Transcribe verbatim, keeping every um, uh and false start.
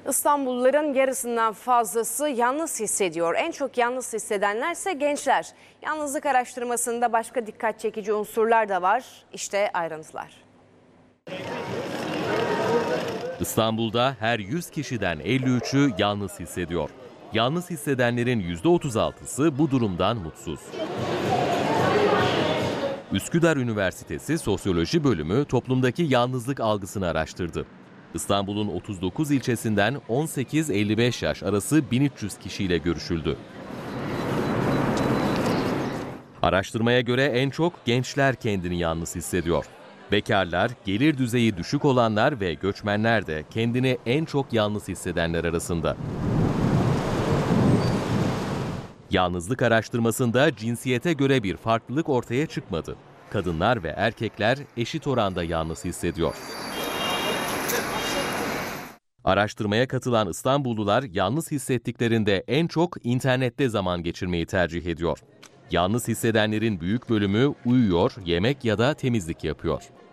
İstanbulluların yarısından fazlası yalnız hissediyor. En çok yalnız hissedenlerse gençler. Yalnızlık araştırmasında başka dikkat çekici unsurlar da var. İşte ayrıntılar. İstanbul'da her yüz kişiden elli üçü yalnız hissediyor. Yalnız hissedenlerin yüzde otuz altısı bu durumdan mutsuz. Üsküdar Üniversitesi Sosyoloji Bölümü toplumdaki yalnızlık algısını araştırdı. İstanbul'un otuz dokuz ilçesinden on sekiz elli beş yaş arası bin üç yüz kişiyle görüşüldü. Araştırmaya göre en çok gençler kendini yalnız hissediyor. Bekarlar, gelir düzeyi düşük olanlar ve göçmenler de kendini en çok yalnız hissedenler arasında. Yalnızlık araştırmasında cinsiyete göre bir farklılık ortaya çıkmadı. Kadınlar ve erkekler eşit oranda yalnız hissediyor. Araştırmaya katılan İstanbullular yalnız hissettiklerinde en çok internette zaman geçirmeyi tercih ediyor. Yalnız hissedenlerin büyük bölümü uyuyor, yemek ya da temizlik yapıyor.